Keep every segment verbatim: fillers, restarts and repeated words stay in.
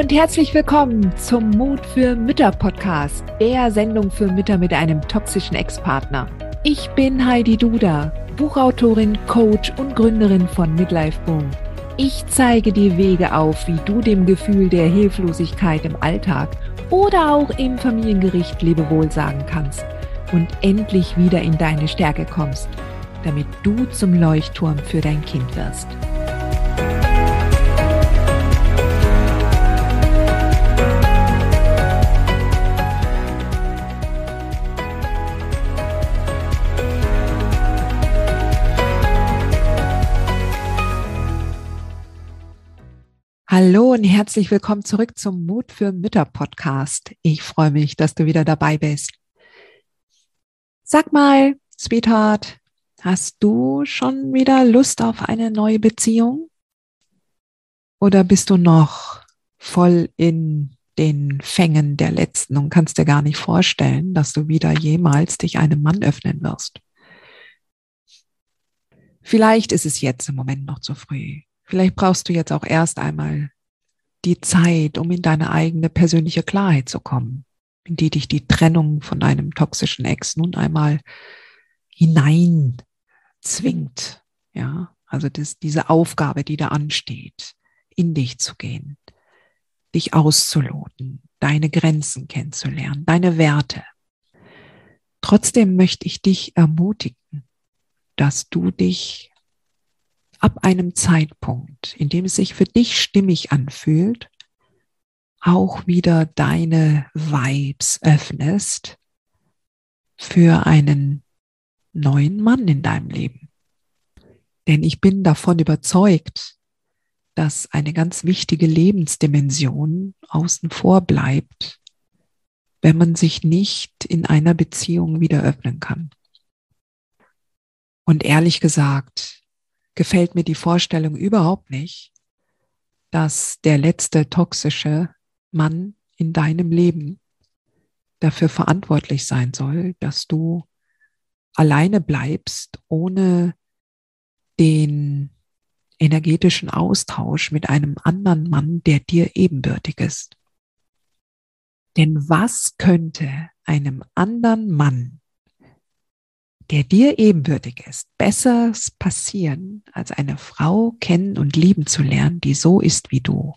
und herzlich willkommen zum Mut für Mütter Podcast, der Sendung für Mütter mit einem toxischen Ex-Partner. Ich bin Heidi Duda, Buchautorin, Coach und Gründerin von Midlife Boom. Ich zeige dir Wege auf, wie du dem Gefühl der Hilflosigkeit im Alltag oder auch im Familiengericht Lebewohl sagen kannst und endlich wieder in deine Stärke kommst, damit du zum Leuchtturm für dein Kind wirst. Hallo und herzlich willkommen zurück zum Mut für Mütter Podcast. Ich freue mich, dass du wieder dabei bist. Sag mal, Sweetheart, hast du schon wieder Lust auf eine neue Beziehung? Oder bist du noch voll in den Fängen der letzten und kannst dir gar nicht vorstellen, dass du wieder jemals dich einem Mann öffnen wirst? Vielleicht ist es jetzt im Moment noch zu früh. Vielleicht brauchst du jetzt auch erst einmal die Zeit, um in deine eigene persönliche Klarheit zu kommen, in die dich die Trennung von deinem toxischen Ex nun einmal hinein zwingt. Ja, also das, diese Aufgabe, die da ansteht, in dich zu gehen, dich auszuloten, deine Grenzen kennenzulernen, deine Werte. Trotzdem möchte ich dich ermutigen, dass du dich ab einem Zeitpunkt, in dem es sich für dich stimmig anfühlt, auch wieder deine Vibes öffnest für einen neuen Mann in deinem Leben. Denn ich bin davon überzeugt, dass eine ganz wichtige Lebensdimension außen vor bleibt, wenn man sich nicht in einer Beziehung wieder öffnen kann. Und ehrlich gesagt, gefällt mir die Vorstellung überhaupt nicht, dass der letzte toxische Mann in deinem Leben dafür verantwortlich sein soll, dass du alleine bleibst, ohne den energetischen Austausch mit einem anderen Mann, der dir ebenbürtig ist. Denn was könnte einem anderen Mann, der dir ebenbürtig ist, Besseres passieren, als eine Frau kennen und lieben zu lernen, die so ist wie du,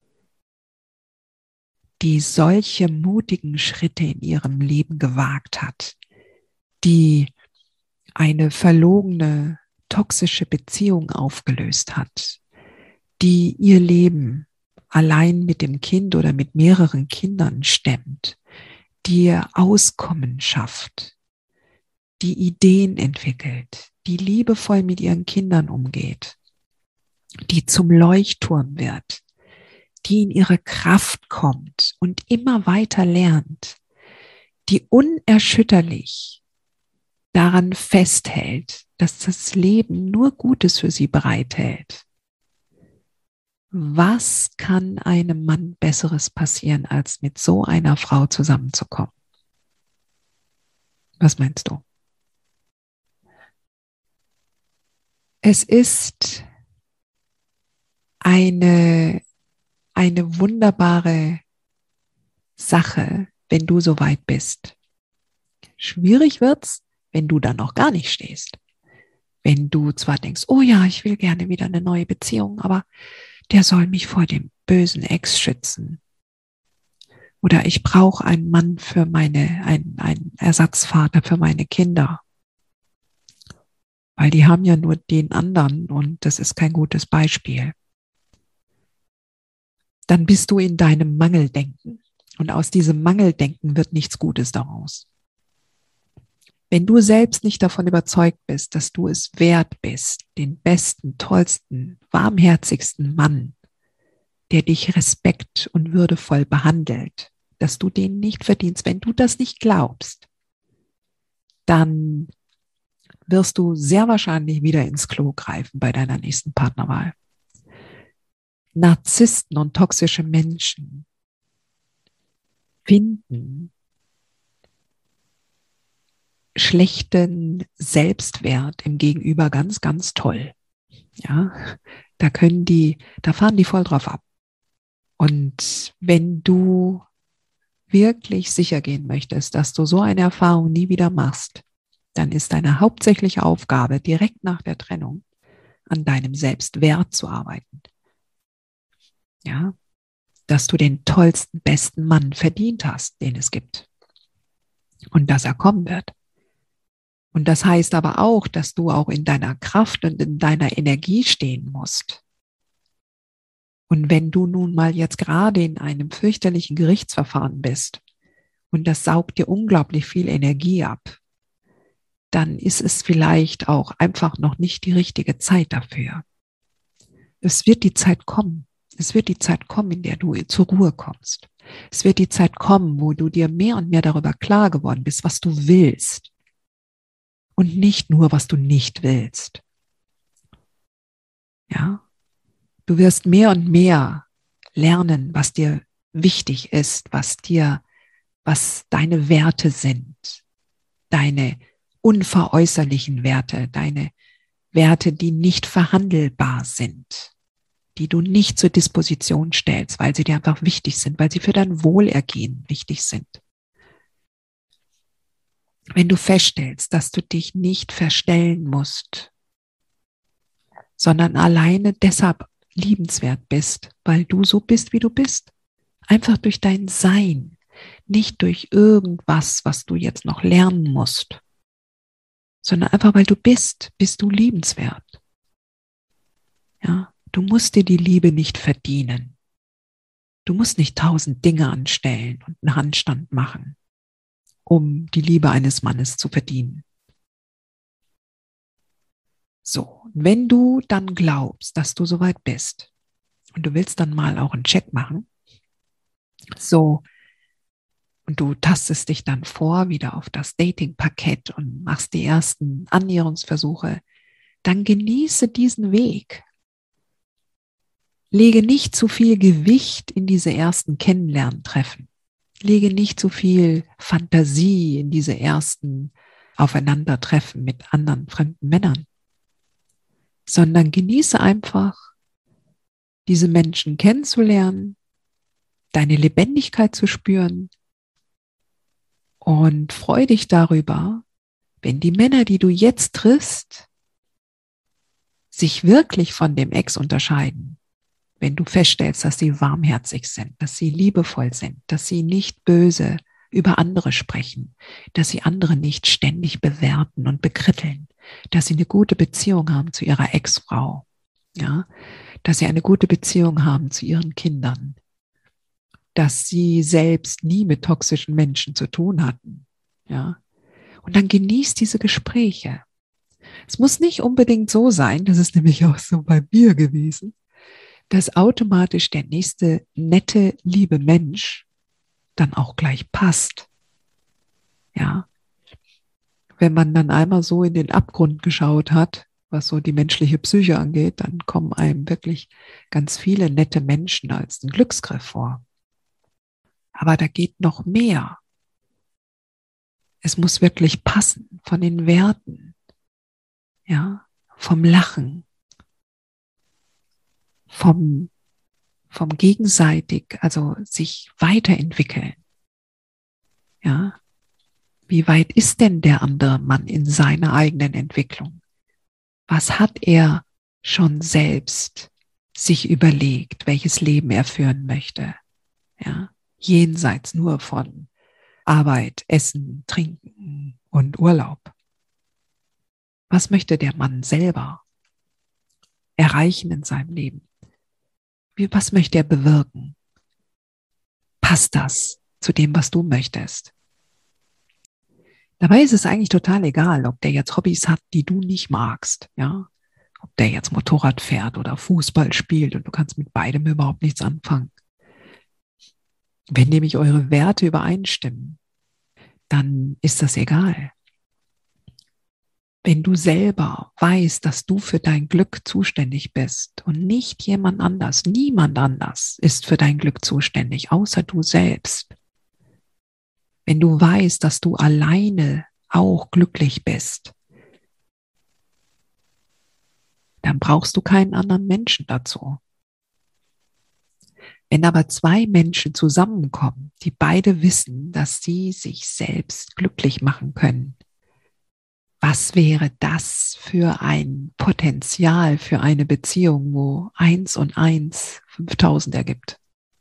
die solche mutigen Schritte in ihrem Leben gewagt hat, die eine verlogene, toxische Beziehung aufgelöst hat, die ihr Leben allein mit dem Kind oder mit mehreren Kindern stemmt, die ihr Auskommen schafft, die Ideen entwickelt, die liebevoll mit ihren Kindern umgeht, die zum Leuchtturm wird, die in ihre Kraft kommt und immer weiter lernt, die unerschütterlich daran festhält, dass das Leben nur Gutes für sie bereithält. Was kann einem Mann Besseres passieren, als mit so einer Frau zusammenzukommen? Was meinst du? Es ist eine, eine wunderbare Sache, wenn du so weit bist. Schwierig wird's, wenn du da noch gar nicht stehst. Wenn du zwar denkst, oh ja, ich will gerne wieder eine neue Beziehung, aber der soll mich vor dem bösen Ex schützen. Oder ich brauche einen Mann für meine, einen, einen Ersatzvater für meine Kinder. Weil die haben ja nur den anderen und das ist kein gutes Beispiel. Dann bist du in deinem Mangeldenken und aus diesem Mangeldenken wird nichts Gutes daraus. Wenn du selbst nicht davon überzeugt bist, dass du es wert bist, den besten, tollsten, warmherzigsten Mann, der dich respekt und würdevoll behandelt, dass du den nicht verdienst, wenn du das nicht glaubst, dann wirst du sehr wahrscheinlich wieder ins Klo greifen bei deiner nächsten Partnerwahl. Narzissten und toxische Menschen finden schlechten Selbstwert im Gegenüber ganz, ganz toll. Ja, da können die, da fahren die voll drauf ab. Und wenn du wirklich sicher gehen möchtest, dass du so eine Erfahrung nie wieder machst, dann ist deine hauptsächliche Aufgabe direkt nach der Trennung an deinem Selbstwert zu arbeiten. Ja, dass du den tollsten, besten Mann verdient hast, den es gibt. Und dass er kommen wird. Und das heißt aber auch, dass du auch in deiner Kraft und in deiner Energie stehen musst. Und wenn du nun mal jetzt gerade in einem fürchterlichen Gerichtsverfahren bist und das saugt dir unglaublich viel Energie ab, dann ist es vielleicht auch einfach noch nicht die richtige Zeit dafür. Es wird die Zeit kommen. Es wird die Zeit kommen, in der du zur Ruhe kommst. Es wird die Zeit kommen, wo du dir mehr und mehr darüber klar geworden bist, was du willst. Und nicht nur, was du nicht willst. Ja? Du wirst mehr und mehr lernen, was dir wichtig ist, was dir, was deine Werte sind, deine unveräußerlichen Werte, deine Werte, die nicht verhandelbar sind, die du nicht zur Disposition stellst, weil sie dir einfach wichtig sind, weil sie für dein Wohlergehen wichtig sind. Wenn du feststellst, dass du dich nicht verstellen musst, sondern alleine deshalb liebenswert bist, weil du so bist, wie du bist. Einfach durch dein Sein, nicht durch irgendwas, was du jetzt noch lernen musst, sondern einfach, weil du bist, bist du liebenswert. Ja, du musst dir die Liebe nicht verdienen. Du musst nicht tausend Dinge anstellen und einen Handstand machen, um die Liebe eines Mannes zu verdienen. So, wenn du dann glaubst, dass du soweit bist und du willst dann mal auch einen Check machen, so, und du tastest dich dann vor wieder auf das Dating-Parkett und machst die ersten Annäherungsversuche, dann genieße diesen Weg. Lege nicht zu viel Gewicht in diese ersten Kennenlerntreffen. Lege nicht zu viel Fantasie in diese ersten Aufeinandertreffen mit anderen fremden Männern, sondern genieße einfach, diese Menschen kennenzulernen, deine Lebendigkeit zu spüren und freu dich darüber, wenn die Männer, die du jetzt triffst, sich wirklich von dem Ex unterscheiden. Wenn du feststellst, dass sie warmherzig sind, dass sie liebevoll sind, dass sie nicht böse über andere sprechen, dass sie andere nicht ständig bewerten und bekritteln, dass sie eine gute Beziehung haben zu ihrer Ex-Frau, ja, dass sie eine gute Beziehung haben zu ihren Kindern, dass sie selbst nie mit toxischen Menschen zu tun hatten, ja. Und dann genießt diese Gespräche. Es muss nicht unbedingt so sein, das ist nämlich auch so bei mir gewesen, dass automatisch der nächste nette, liebe Mensch dann auch gleich passt. Ja. Wenn man dann einmal so in den Abgrund geschaut hat, was so die menschliche Psyche angeht, dann kommen einem wirklich ganz viele nette Menschen als ein Glücksgriff vor. Aber da geht noch mehr. Es muss wirklich passen von den Werten, ja, vom Lachen, vom, vom gegenseitig, also sich weiterentwickeln. Ja, wie weit ist denn der andere Mann in seiner eigenen Entwicklung? Was hat er schon selbst sich überlegt, welches Leben er führen möchte? Ja, jenseits nur von Arbeit, Essen, Trinken und Urlaub. Was möchte der Mann selber erreichen in seinem Leben? Wie, was möchte er bewirken? Passt das zu dem, was du möchtest? Dabei ist es eigentlich total egal, ob der jetzt Hobbys hat, die du nicht magst, ja, ob der jetzt Motorrad fährt oder Fußball spielt und du kannst mit beidem überhaupt nichts anfangen. Wenn nämlich eure Werte übereinstimmen, dann ist das egal. Wenn du selber weißt, dass du für dein Glück zuständig bist und nicht jemand anders, niemand anders ist für dein Glück zuständig, außer du selbst. Wenn du weißt, dass du alleine auch glücklich bist, dann brauchst du keinen anderen Menschen dazu. Wenn aber zwei Menschen zusammenkommen, die beide wissen, dass sie sich selbst glücklich machen können, was wäre das für ein Potenzial für eine Beziehung, wo eins und eins fünftausend ergibt?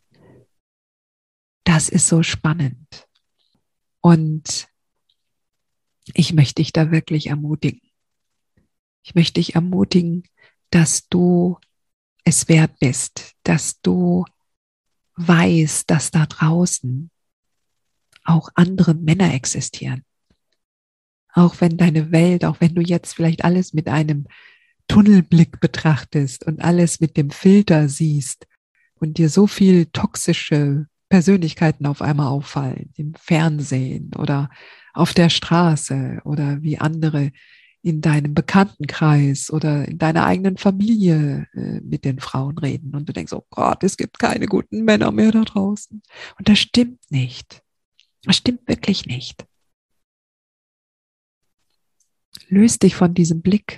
Das ist so spannend. Und ich möchte dich da wirklich ermutigen. Ich möchte dich ermutigen, dass du es wert bist, dass du weißt, dass da draußen auch andere Männer existieren. Auch wenn deine Welt, auch wenn du jetzt vielleicht alles mit einem Tunnelblick betrachtest und alles mit dem Filter siehst und dir so viel toxische Persönlichkeiten auf einmal auffallen, im Fernsehen oder auf der Straße oder wie andere in deinem Bekanntenkreis oder in deiner eigenen Familie äh, mit den Frauen reden und du denkst, oh Gott, es gibt keine guten Männer mehr da draußen. Und das stimmt nicht. Das stimmt wirklich nicht. Löse dich von diesem Blick.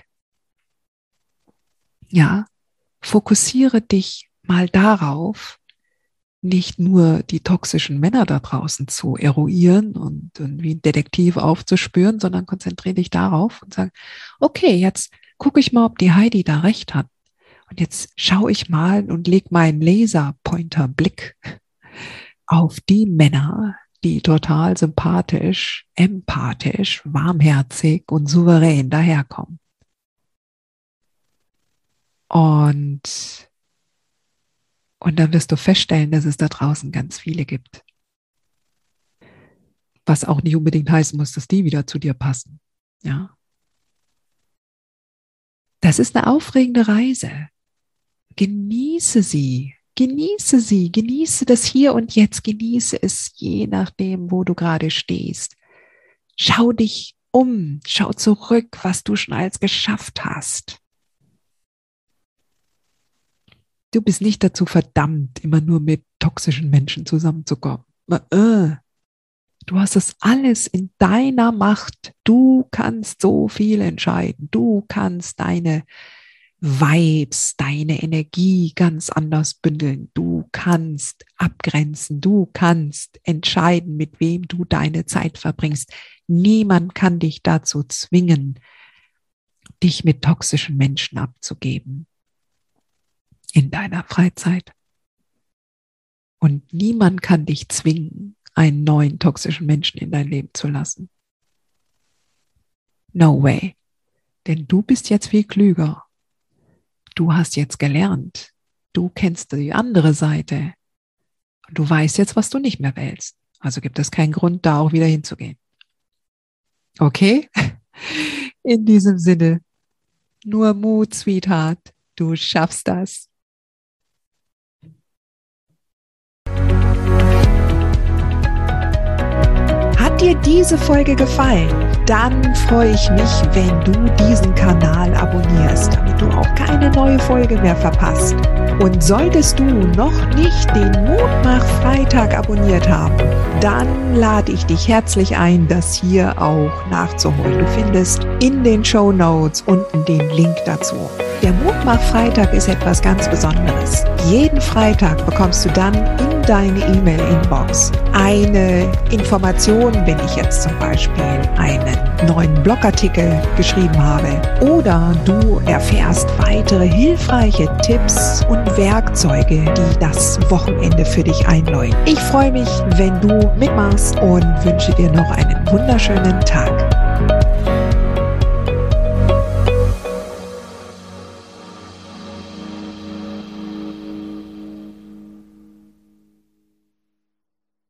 Ja, fokussiere dich mal darauf, nicht nur die toxischen Männer da draußen zu eruieren und, und wie ein Detektiv aufzuspüren, sondern konzentriere dich darauf und sag, okay, jetzt gucke ich mal, ob die Heidi da recht hat. Und jetzt schaue ich mal und lege meinen Laserpointer-Blick auf die Männer, die total sympathisch, empathisch, warmherzig und souverän daherkommen. Und, und dann wirst du feststellen, dass es da draußen ganz viele gibt. Was auch nicht unbedingt heißen muss, dass die wieder zu dir passen. Ja. Das ist eine aufregende Reise. Genieße sie. Genieße sie, genieße das Hier und Jetzt, genieße es je nachdem, wo du gerade stehst. Schau dich um, schau zurück, was du schon alles geschafft hast. Du bist nicht dazu verdammt, immer nur mit toxischen Menschen zusammenzukommen. Du hast das alles in deiner Macht. Du kannst so viel entscheiden. Du kannst deine Vibes, deine Energie ganz anders bündeln. Du kannst abgrenzen. Du kannst entscheiden, mit wem du deine Zeit verbringst. Niemand kann dich dazu zwingen, dich mit toxischen Menschen abzugeben in deiner Freizeit. Und niemand kann dich zwingen, einen neuen toxischen Menschen in dein Leben zu lassen. No way. Denn du bist jetzt viel klüger. Du hast jetzt gelernt. Du kennst die andere Seite. Und du weißt jetzt, was du nicht mehr willst. Also gibt es keinen Grund, da auch wieder hinzugehen. Okay? In diesem Sinne, nur Mut, Sweetheart. Du schaffst das. Hat dir diese Folge gefallen? Dann freue ich mich, wenn du diesen Kanal abonnierst, damit du auch keine neue Folge mehr verpasst. Und solltest du noch nicht den Mutmach-Freitag abonniert haben, dann lade ich dich herzlich ein, das hier auch nachzuholen. Du findest in den Shownotes unten den Link dazu. Der Mutmach-Freitag ist etwas ganz Besonderes. Jeden Freitag bekommst du dann in deine E-Mail-Inbox eine Information, wenn ich jetzt zum Beispiel einen neuen Blogartikel geschrieben habe, oder du erfährst weitere hilfreiche Tipps und Werkzeuge, die das Wochenende für dich einläuten. Ich freue mich, wenn du mitmachst und wünsche dir noch einen wunderschönen Tag.